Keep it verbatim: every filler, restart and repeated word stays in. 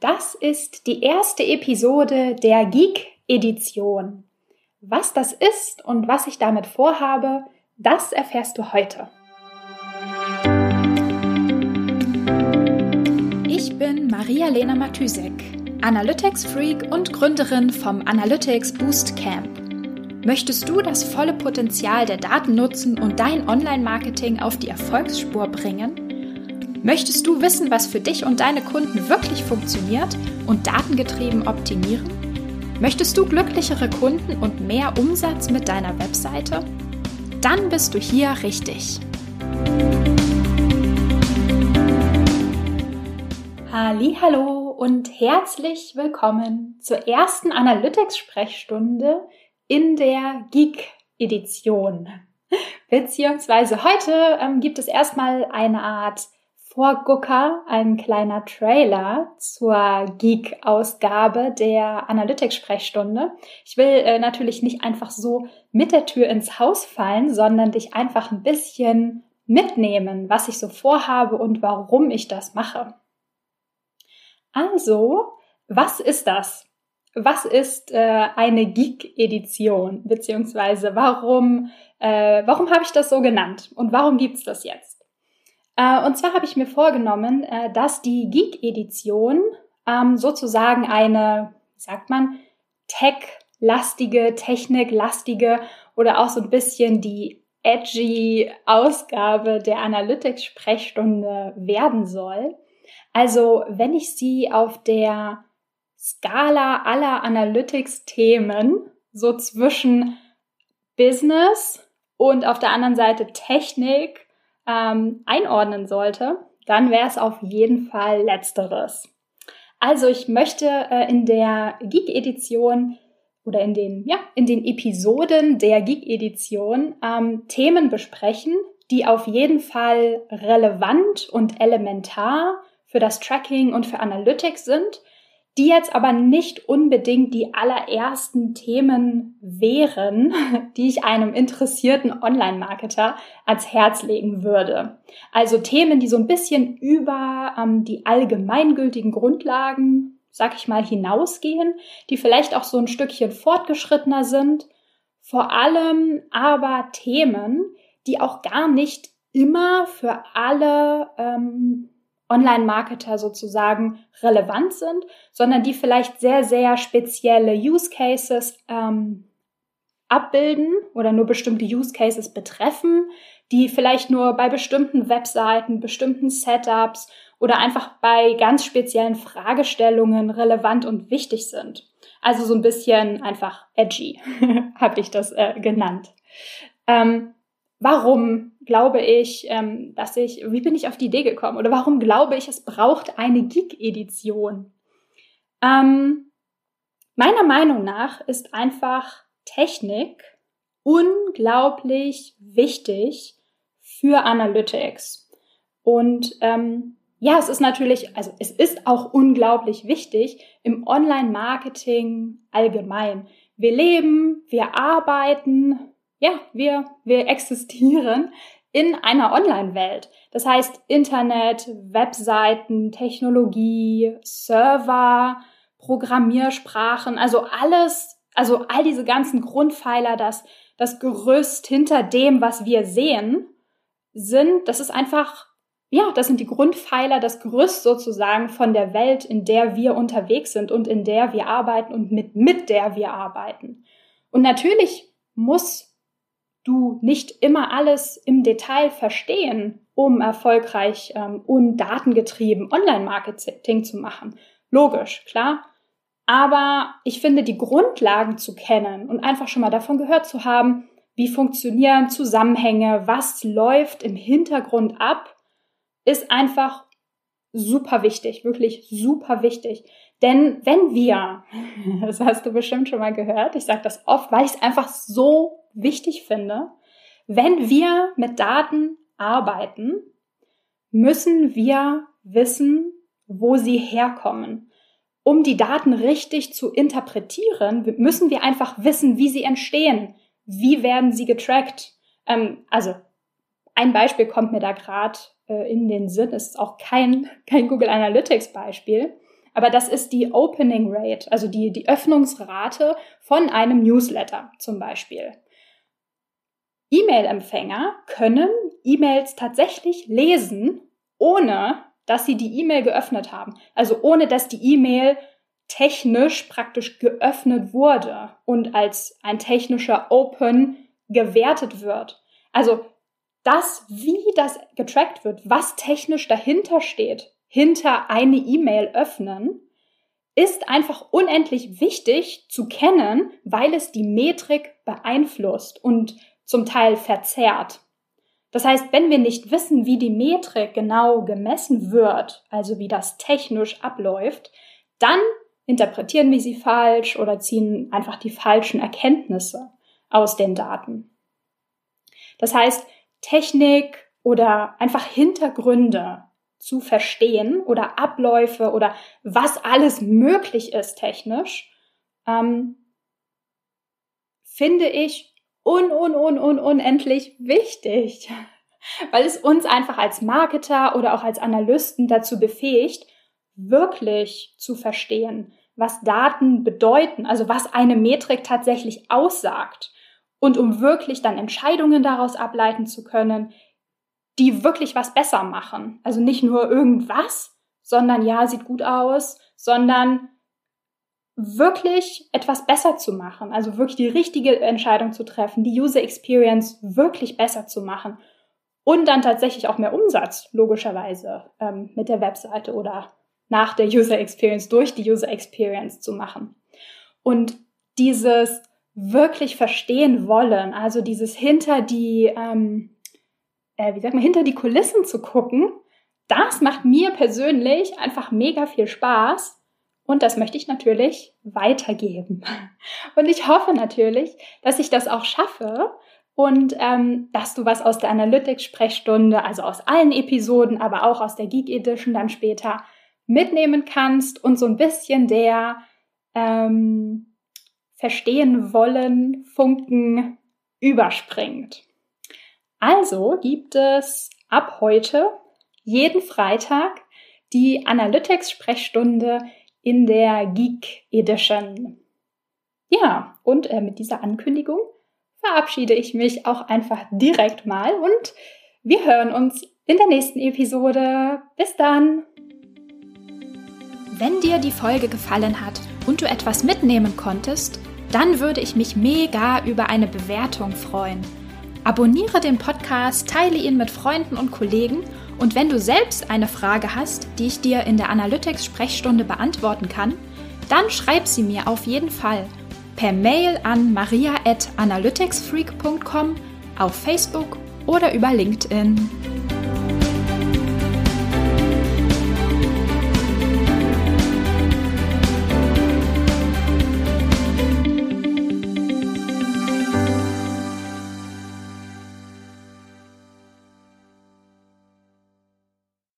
Das ist die erste Episode der Geek-Edition. Was das ist und was ich damit vorhabe, das erfährst du heute. Ich bin Maria-Lena Matysek, Analytics-Freak und Gründerin vom Analytics Boost Camp. Möchtest du das volle Potenzial der Daten nutzen und dein Online-Marketing auf die Erfolgsspur bringen? Möchtest du wissen, was für dich und deine Kunden wirklich funktioniert und datengetrieben optimieren? Möchtest du glücklichere Kunden und mehr Umsatz mit deiner Webseite? Dann bist du hier richtig. Hallihallo und herzlich willkommen zur ersten Analytics-Sprechstunde in der Geek-Edition. Beziehungsweise heute ähm, gibt es erstmal eine Art Vorgucker, ein kleiner Trailer zur Geek-Ausgabe der Analytics-Sprechstunde. Ich will äh, natürlich nicht einfach so mit der Tür ins Haus fallen, sondern dich einfach ein bisschen mitnehmen, was ich so vorhabe und warum ich das mache. Also, was ist das? Was ist äh, eine Geek-Edition? Beziehungsweise warum, äh, warum habe ich das so genannt? Und warum gibt's das jetzt? Und zwar habe ich mir vorgenommen, dass die Geek-Edition sozusagen eine, wie sagt man, tech-lastige, techniklastige oder auch so ein bisschen die edgy Ausgabe der Analytics-Sprechstunde werden soll. Also wenn ich sie auf der Skala aller Analytics-Themen so zwischen Business und auf der anderen Seite Technik Ähm, einordnen sollte, dann wäre es auf jeden Fall Letzteres. Also ich möchte äh, in der Geek-Edition oder in den, ja, in den Episoden der Geek-Edition ähm, Themen besprechen, die auf jeden Fall relevant und elementar für das Tracking und für Analytics sind, die jetzt aber nicht unbedingt die allerersten Themen wären, die ich einem interessierten Online-Marketer ans Herz legen würde. Also Themen, die so ein bisschen über ähm, die allgemeingültigen Grundlagen, sag ich mal, hinausgehen, die vielleicht auch so ein Stückchen fortgeschrittener sind, vor allem aber Themen, die auch gar nicht immer für alle ähm, Online-Marketer sozusagen relevant sind, sondern die vielleicht sehr, sehr spezielle Use Cases ähm, abbilden oder nur bestimmte Use Cases betreffen, die vielleicht nur bei bestimmten Webseiten, bestimmten Setups oder einfach bei ganz speziellen Fragestellungen relevant und wichtig sind. Also so ein bisschen einfach edgy, habe ich das äh, genannt. Ähm, Warum glaube ich, ähm, dass ich, wie bin ich auf die Idee gekommen? Oder warum glaube ich, es braucht eine Geek-Edition? Ähm, meiner Meinung nach ist einfach Technik unglaublich wichtig für Analytics. Und ähm, ja, es ist natürlich, also es ist auch unglaublich wichtig im Online-Marketing allgemein. Wir leben, wir arbeiten, Ja, wir, wir existieren in einer Online-Welt. Das heißt Internet, Webseiten, Technologie, Server, Programmiersprachen, also alles, also all diese ganzen Grundpfeiler, das, das Gerüst hinter dem, was wir sehen, sind, das ist einfach, ja, das sind die Grundpfeiler, das Gerüst sozusagen von der Welt, in der wir unterwegs sind und in der wir arbeiten und mit, mit der wir arbeiten. Und natürlich muss du nicht immer alles im Detail verstehen, um erfolgreich ähm, und datengetrieben Online-Marketing zu machen. Logisch, klar. Aber ich finde, die Grundlagen zu kennen und einfach schon mal davon gehört zu haben, wie funktionieren Zusammenhänge, was läuft im Hintergrund ab, ist einfach super wichtig, wirklich super wichtig. Denn wenn wir, das hast du bestimmt schon mal gehört, ich sage das oft, weil ich es einfach so wichtig finde, wenn wir mit Daten arbeiten, müssen wir wissen, wo sie herkommen. Um die Daten richtig zu interpretieren, müssen wir einfach wissen, wie sie entstehen. Wie werden sie getrackt? Ähm, also ein Beispiel kommt mir da gerade äh, in den Sinn, ist auch kein, kein Google Analytics Beispiel, aber das ist die Opening Rate, also die, die Öffnungsrate von einem Newsletter zum Beispiel. E-Mail-Empfänger können E-Mails tatsächlich lesen, ohne dass sie die E-Mail geöffnet haben. Also ohne dass die E-Mail technisch praktisch geöffnet wurde und als ein technischer Open gewertet wird. Also das, wie das getrackt wird, was technisch dahinter steht, hinter eine E-Mail öffnen, ist einfach unendlich wichtig zu kennen, weil es die Metrik beeinflusst und zum Teil verzerrt. Das heißt, wenn wir nicht wissen, wie die Metrik genau gemessen wird, also wie das technisch abläuft, dann interpretieren wir sie falsch oder ziehen einfach die falschen Erkenntnisse aus den Daten. Das heißt, Technik oder einfach Hintergründe zu verstehen oder Abläufe oder was alles möglich ist technisch, ähm, finde ich un, un, un, un, unendlich wichtig, weil es uns einfach als Marketer oder auch als Analysten dazu befähigt, wirklich zu verstehen, was Daten bedeuten, also was eine Metrik tatsächlich aussagt. Und um wirklich dann Entscheidungen daraus ableiten zu können, die wirklich was besser machen. Also nicht nur irgendwas, sondern ja, sieht gut aus, sondern wirklich etwas besser zu machen. Also wirklich die richtige Entscheidung zu treffen, die User Experience wirklich besser zu machen. Und dann tatsächlich auch mehr Umsatz, logischerweise, ähm, mit der Webseite oder nach der User Experience, durch die User Experience zu machen. Und dieses wirklich verstehen wollen, also dieses hinter die, ähm, äh, wie sagt man, hinter die Kulissen zu gucken, das macht mir persönlich einfach mega viel Spaß und das möchte ich natürlich weitergeben. Und ich hoffe natürlich, dass ich das auch schaffe und ähm, dass du was aus der Analytics-Sprechstunde, also aus allen Episoden, aber auch aus der Geek Edition dann später mitnehmen kannst und so ein bisschen der ähm, verstehen wollen, Funken überspringt. Also gibt es ab heute jeden Freitag die Analytics-Sprechstunde in der Geek Edition. Ja, und äh, mit dieser Ankündigung verabschiede ich mich auch einfach direkt mal und wir hören uns in der nächsten Episode. Bis dann! Wenn dir die Folge gefallen hat und du etwas mitnehmen konntest, dann würde ich mich mega über eine Bewertung freuen. Abonniere den Podcast, teile ihn mit Freunden und Kollegen und wenn du selbst eine Frage hast, die ich dir in der Analytics-Sprechstunde beantworten kann, dann schreib sie mir auf jeden Fall per Mail an maria at analyticsfreak punkt com, auf Facebook oder über LinkedIn.